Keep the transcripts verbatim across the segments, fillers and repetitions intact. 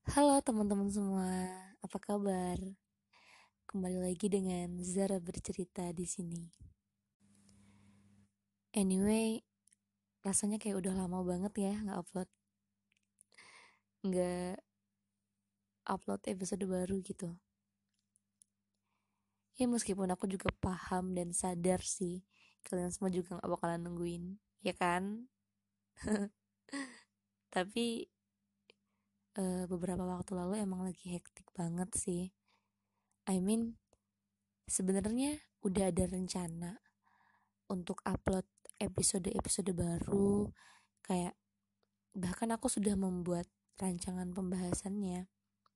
Halo teman-teman semua, apa kabar? Kembali lagi dengan Zara bercerita di sini. Anyway, rasanya kayak udah lama banget ya nggak upload, nggak upload episode baru gitu. Ya meskipun aku juga paham dan sadar sih, kalian semua juga nggak bakalan nungguin, ya kan? Tapi uh, beberapa waktu lalu emang lagi hektik banget sih. I mean, sebenarnya udah ada rencana untuk upload episode-episode baru, kayak bahkan aku sudah membuat rancangan pembahasannya,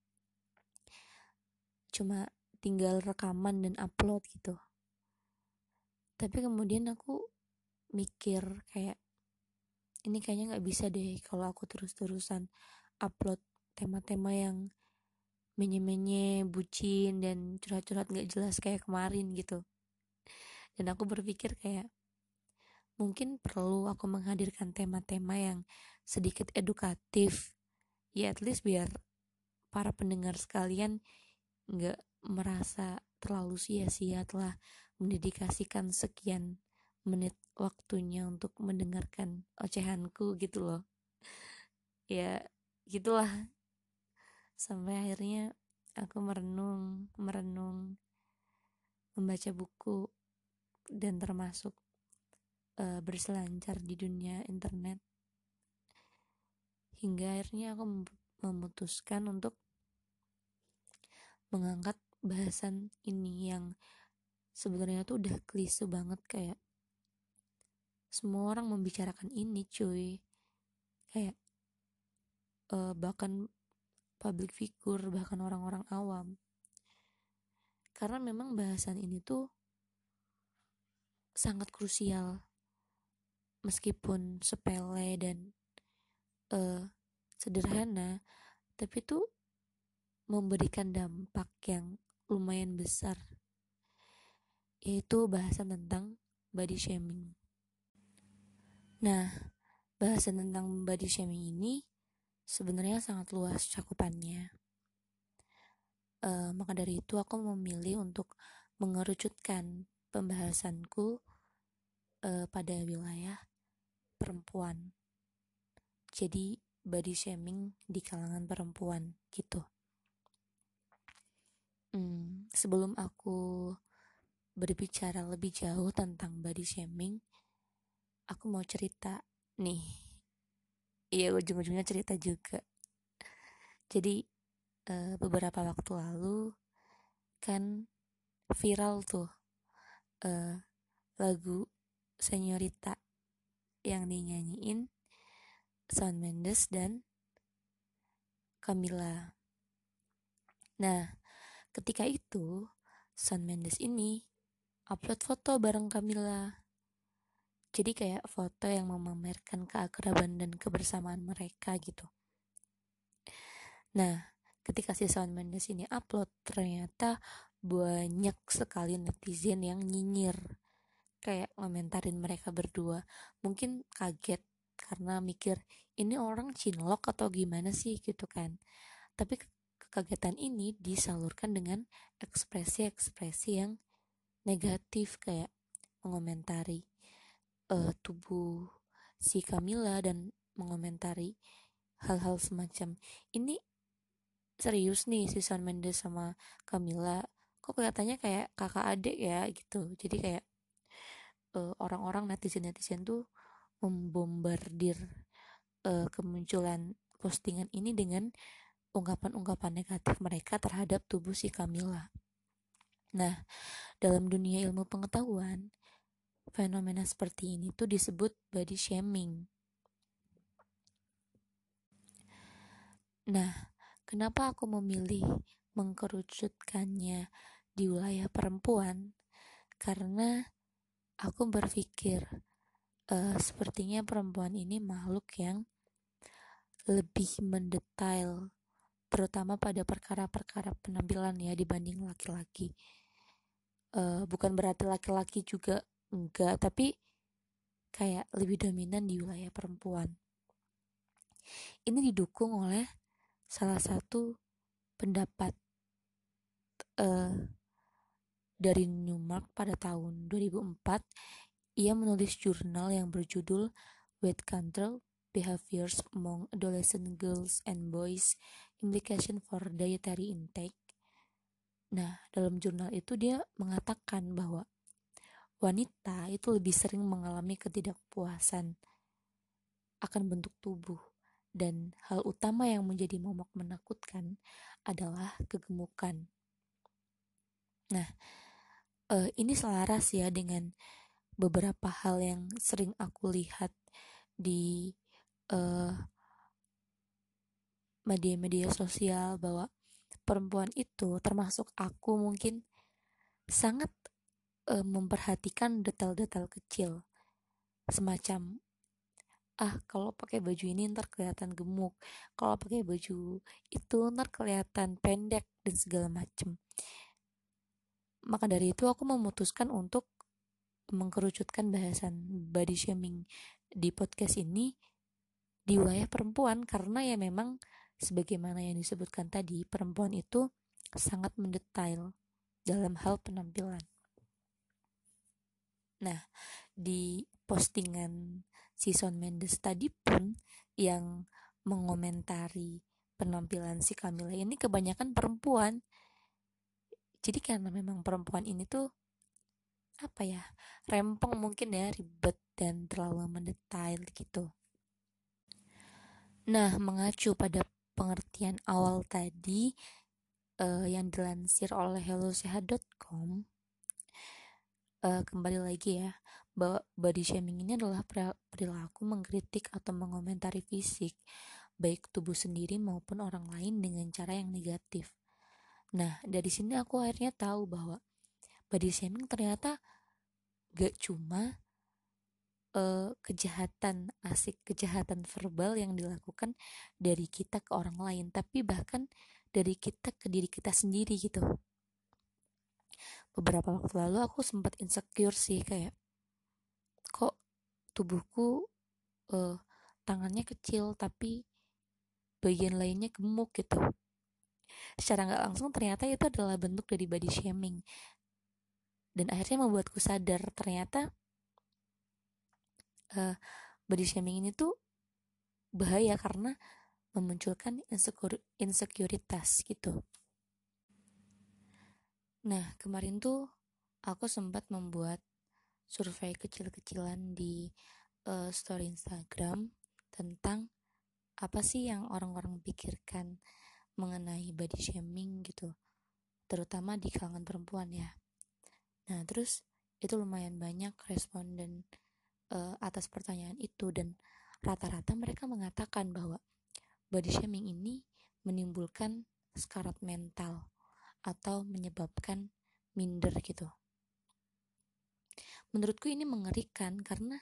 cuma tinggal rekaman dan upload gitu. Tapi kemudian aku mikir kayak ini kayaknya nggak bisa deh kalau aku terus-terusan upload tema-tema yang menye-menye, bucin dan curhat-curhat nggak jelas kayak kemarin gitu. Dan aku berpikir kayak mungkin perlu aku menghadirkan tema-tema yang sedikit edukatif, ya at least biar para pendengar sekalian nggak merasa terlalu sia-sia telah mendedikasikan sekian menit waktunya untuk mendengarkan ocehanku gitu loh. Ya gitulah, sampai akhirnya aku merenung merenung membaca buku dan termasuk uh, berselancar di dunia internet, hingga akhirnya aku memutuskan untuk mengangkat bahasan ini yang sebenarnya tuh udah klise banget, kayak semua orang membicarakan ini cuy, kayak uh, bahkan public figure, bahkan orang-orang awam, karena memang bahasan ini tuh sangat krusial meskipun sepele dan uh, sederhana, tapi tuh memberikan dampak yang lumayan besar, yaitu bahasan tentang body shaming. Nah, bahasan tentang body shaming ini sebenarnya sangat luas cakupannya. Uh, maka dari itu aku memilih untuk mengerucutkan pembahasanku uh, pada wilayah perempuan. Jadi body shaming di kalangan perempuan gitu. Hmm, sebelum aku berbicara lebih jauh tentang body shaming, aku mau cerita nih. Iya, ujung-ujungnya cerita juga. Jadi uh, beberapa waktu lalu kan viral tuh uh, lagu Señorita yang dinyanyiin Shawn Mendes dan Camila. Nah, ketika itu Shawn Mendes ini upload foto bareng Camila. Jadi kayak foto yang memamerkan keakraban dan kebersamaan mereka gitu. Nah, ketika si Shawn Mendes ini upload, ternyata banyak sekali netizen yang nyinyir, kayak ngomentarin mereka berdua. Mungkin kaget karena mikir ini orang cinlok atau gimana sih gitu kan. Tapi kekagetan ini disalurkan dengan ekspresi-ekspresi yang negatif, kayak mengomentari uh, tubuh si Camila dan mengomentari hal-hal semacam ini. Serius nih si Shawn Mendes sama Camila, kok kelihatannya kayak kakak adik ya gitu. Jadi kayak uh, orang-orang netizen-netizen tuh membombardir uh, kemunculan postingan ini dengan ungkapan-ungkapan negatif mereka terhadap tubuh si Camila. Nah, dalam dunia ilmu pengetahuan, fenomena seperti ini tuh disebut body shaming. Nah, kenapa aku memilih mengkerucutkannya di wilayah perempuan? Karena aku berpikir uh, sepertinya perempuan ini makhluk yang lebih mendetail, terutama pada perkara-perkara penampilan ya, dibanding laki-laki. Uh, bukan berarti laki-laki juga enggak, tapi kayak lebih dominan di wilayah perempuan. Ini didukung oleh salah satu pendapat uh, dari Newmark pada tahun dua ribu empat. Ia menulis jurnal yang berjudul Weight Control Behaviors Among Adolescent Girls and Boys, Implication for Dietary Intake. Nah, dalam jurnal itu dia mengatakan bahwa wanita itu lebih sering mengalami ketidakpuasan akan bentuk tubuh, dan hal utama yang menjadi momok menakutkan adalah kegemukan. Nah, eh, ini selaras ya dengan beberapa hal yang sering aku lihat di uh, media-media sosial, bahwa perempuan itu termasuk aku mungkin sangat uh, memperhatikan detail-detail kecil, semacam ah kalau pakai baju ini ntar kelihatan gemuk, kalau pakai baju itu ntar kelihatan pendek dan segala macem. Maka dari itu aku memutuskan untuk mengkerucutkan bahasan body shaming di podcast ini di wilayah perempuan, karena ya memang sebagaimana yang disebutkan tadi, perempuan itu sangat mendetail dalam hal penampilan. Nah, di postingan si Shawn Mendes tadi pun yang mengomentari penampilan si Camila ini kebanyakan perempuan. Jadi karena memang perempuan ini tuh apa ya, rempong mungkin ya, ribet dan terlalu mendetail gitu. Nah, mengacu pada pengertian awal tadi uh, yang dilansir oleh hellosehat dot com, uh, kembali lagi ya, bahwa body shaming ini adalah perilaku mengkritik atau mengomentari fisik, baik tubuh sendiri maupun orang lain dengan cara yang negatif. Nah, dari sini aku akhirnya tahu bahwa body shaming ternyata gak cuma uh, kejahatan asik, kejahatan verbal yang dilakukan dari kita ke orang lain, tapi bahkan dari kita ke diri kita sendiri gitu. Beberapa waktu lalu aku sempat insecure sih, kayak kok tubuhku uh, tangannya kecil tapi bagian lainnya gemuk gitu. Secara nggak langsung ternyata itu adalah bentuk dari body shaming, dan akhirnya membuatku sadar ternyata uh, body shaming ini tuh bahaya karena memunculkan insecure, insekuritas gitu. Nah, kemarin tuh aku sempat membuat survei kecil-kecilan di uh, story Instagram tentang apa sih yang orang-orang pikirkan mengenai body shaming gitu, terutama di kalangan perempuan ya. Nah, terus itu lumayan banyak responden uh, atas pertanyaan itu, dan rata-rata mereka mengatakan bahwa body shaming ini menimbulkan sekarat mental atau menyebabkan minder gitu. Menurutku ini mengerikan karena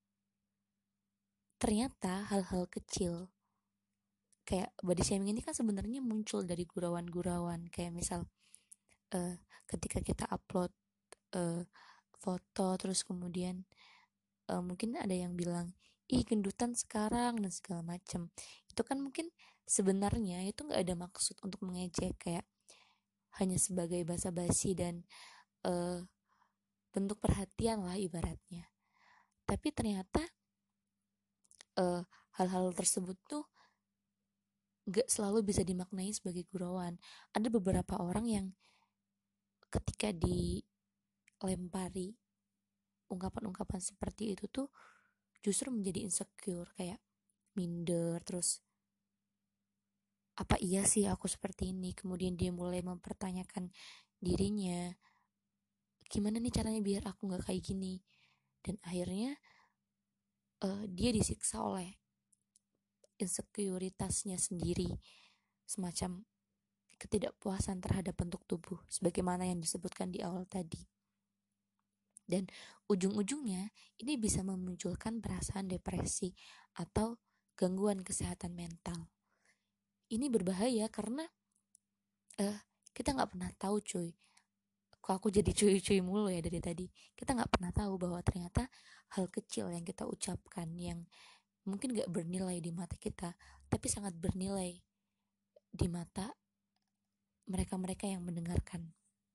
ternyata hal-hal kecil kayak body shaming ini kan sebenarnya muncul dari gurauan-gurauan, kayak misal uh, ketika kita upload uh, foto terus kemudian uh, mungkin ada yang bilang ih gendutan sekarang dan segala macam. Itu kan mungkin sebenarnya itu nggak ada maksud untuk mengejek, kayak hanya sebagai basa-basi dan uh, bentuk perhatian lah ibaratnya. Tapi ternyata uh, hal-hal tersebut tuh gak selalu bisa dimaknai sebagai gurauan. Ada beberapa orang yang ketika dilempari ungkapan-ungkapan seperti itu tuh justru menjadi insecure, kayak minder, terus apa iya sih aku seperti ini, kemudian dia mulai mempertanyakan dirinya, gimana nih caranya biar aku gak kayak gini, dan akhirnya uh, dia disiksa oleh insekuritasnya sendiri, semacam ketidakpuasan terhadap bentuk tubuh sebagaimana yang disebutkan di awal tadi. Dan ujung-ujungnya ini bisa memunculkan perasaan depresi atau gangguan kesehatan mental. Ini berbahaya karena uh, kita gak pernah tahu cuy. Kok aku jadi cuy-cuy mulu ya dari tadi. Kita gak pernah tahu bahwa ternyata hal kecil yang kita ucapkan yang mungkin gak bernilai di mata kita, tapi sangat bernilai di mata mereka-mereka yang mendengarkan.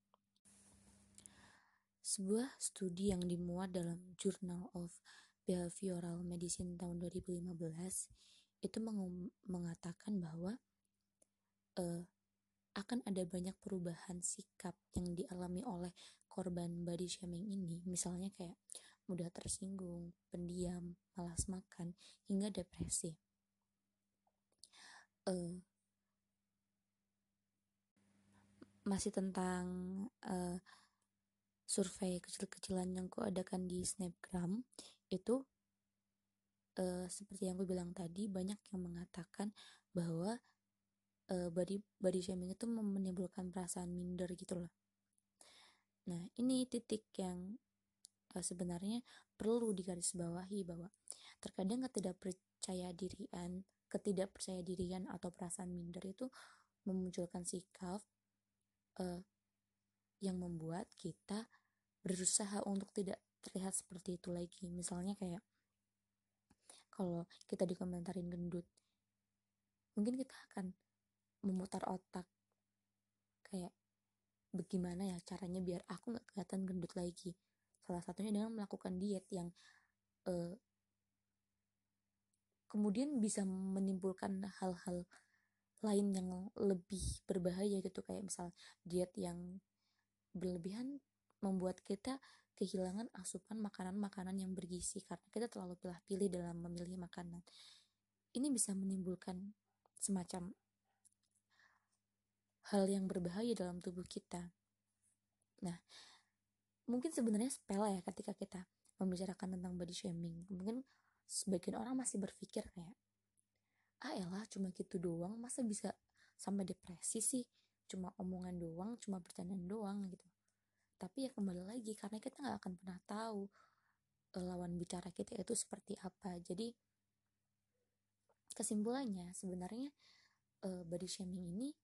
Sebuah studi yang dimuat dalam Journal of Behavioral Medicine tahun dua ribu lima belas itu meng- mengatakan bahwa uh, akan ada banyak perubahan sikap yang dialami oleh korban body shaming ini, misalnya kayak mudah tersinggung, pendiam, malas makan, hingga depresi. Uh, masih tentang uh, survei kecil-kecilan yang kuadakan di Snapgram itu uh, seperti yang aku bilang tadi, banyak yang mengatakan bahwa uh, body body shaming itu menimbulkan perasaan minder gitu loh. Nah, ini titik yang uh, sebenarnya perlu digarisbawahi, bahwa terkadang ketidakpercaya dirian, ketidakpercaya dirian atau perasaan minder itu memunculkan sikap uh, yang membuat kita berusaha untuk tidak terlihat seperti itu lagi. Misalnya kayak kalau kita dikomentarin gendut, mungkin kita akan memutar otak kayak bagaimana ya caranya biar aku nggak kelihatan gendut lagi. Salah satunya dengan melakukan diet yang uh, kemudian bisa menimbulkan hal-hal lain yang lebih berbahaya gitu, kayak misal diet yang berlebihan membuat kita kehilangan asupan makanan-makanan yang bergizi karena kita terlalu pilih-pilih dalam memilih makanan. Ini bisa menimbulkan semacam hal yang berbahaya dalam tubuh kita. Nah, mungkin sebenarnya sepele ya ketika kita membicarakan tentang body shaming. Mungkin sebagian orang masih berpikir kayak, ah elah cuma gitu doang, masa bisa sampai depresi sih, cuma omongan doang, cuma bercandaan doang gitu. Tapi ya kembali lagi, karena kita gak akan pernah tahu uh, lawan bicara kita itu seperti apa. Jadi kesimpulannya sebenarnya uh, body shaming ini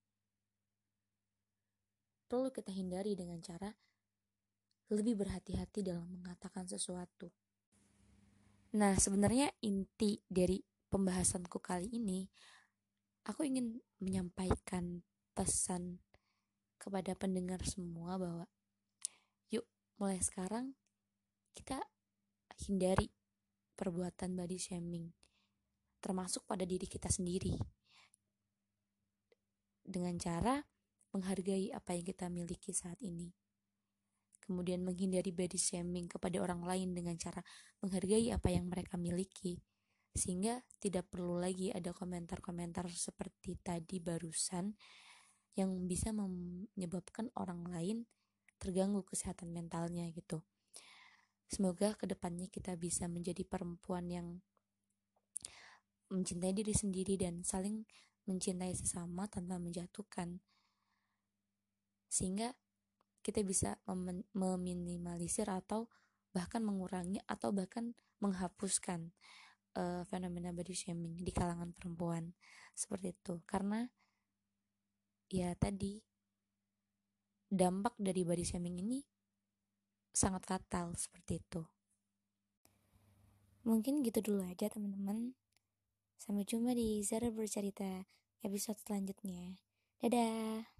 perlu kita hindari dengan cara lebih berhati-hati dalam mengatakan sesuatu. Nah, sebenarnya inti dari pembahasanku kali ini, aku ingin menyampaikan pesan kepada pendengar semua bahwa yuk mulai sekarang kita hindari perbuatan body shaming, termasuk pada diri kita sendiri, dengan cara menghargai apa yang kita miliki saat ini. Kemudian menghindari body shaming kepada orang lain dengan cara menghargai apa yang mereka miliki, sehingga tidak perlu lagi ada komentar-komentar seperti tadi barusan yang bisa menyebabkan orang lain terganggu kesehatan mentalnya gitu. Semoga kedepannya kita bisa menjadi perempuan yang mencintai diri sendiri dan saling mencintai sesama tanpa menjatuhkan, sehingga kita bisa mem- meminimalisir atau bahkan mengurangi atau bahkan menghapuskan uh, fenomena body shaming di kalangan perempuan seperti itu. Karena ya tadi dampak dari body shaming ini sangat fatal seperti itu. Mungkin gitu dulu aja teman-teman. Sampai jumpa di Zara Bercerita episode selanjutnya. Dadah.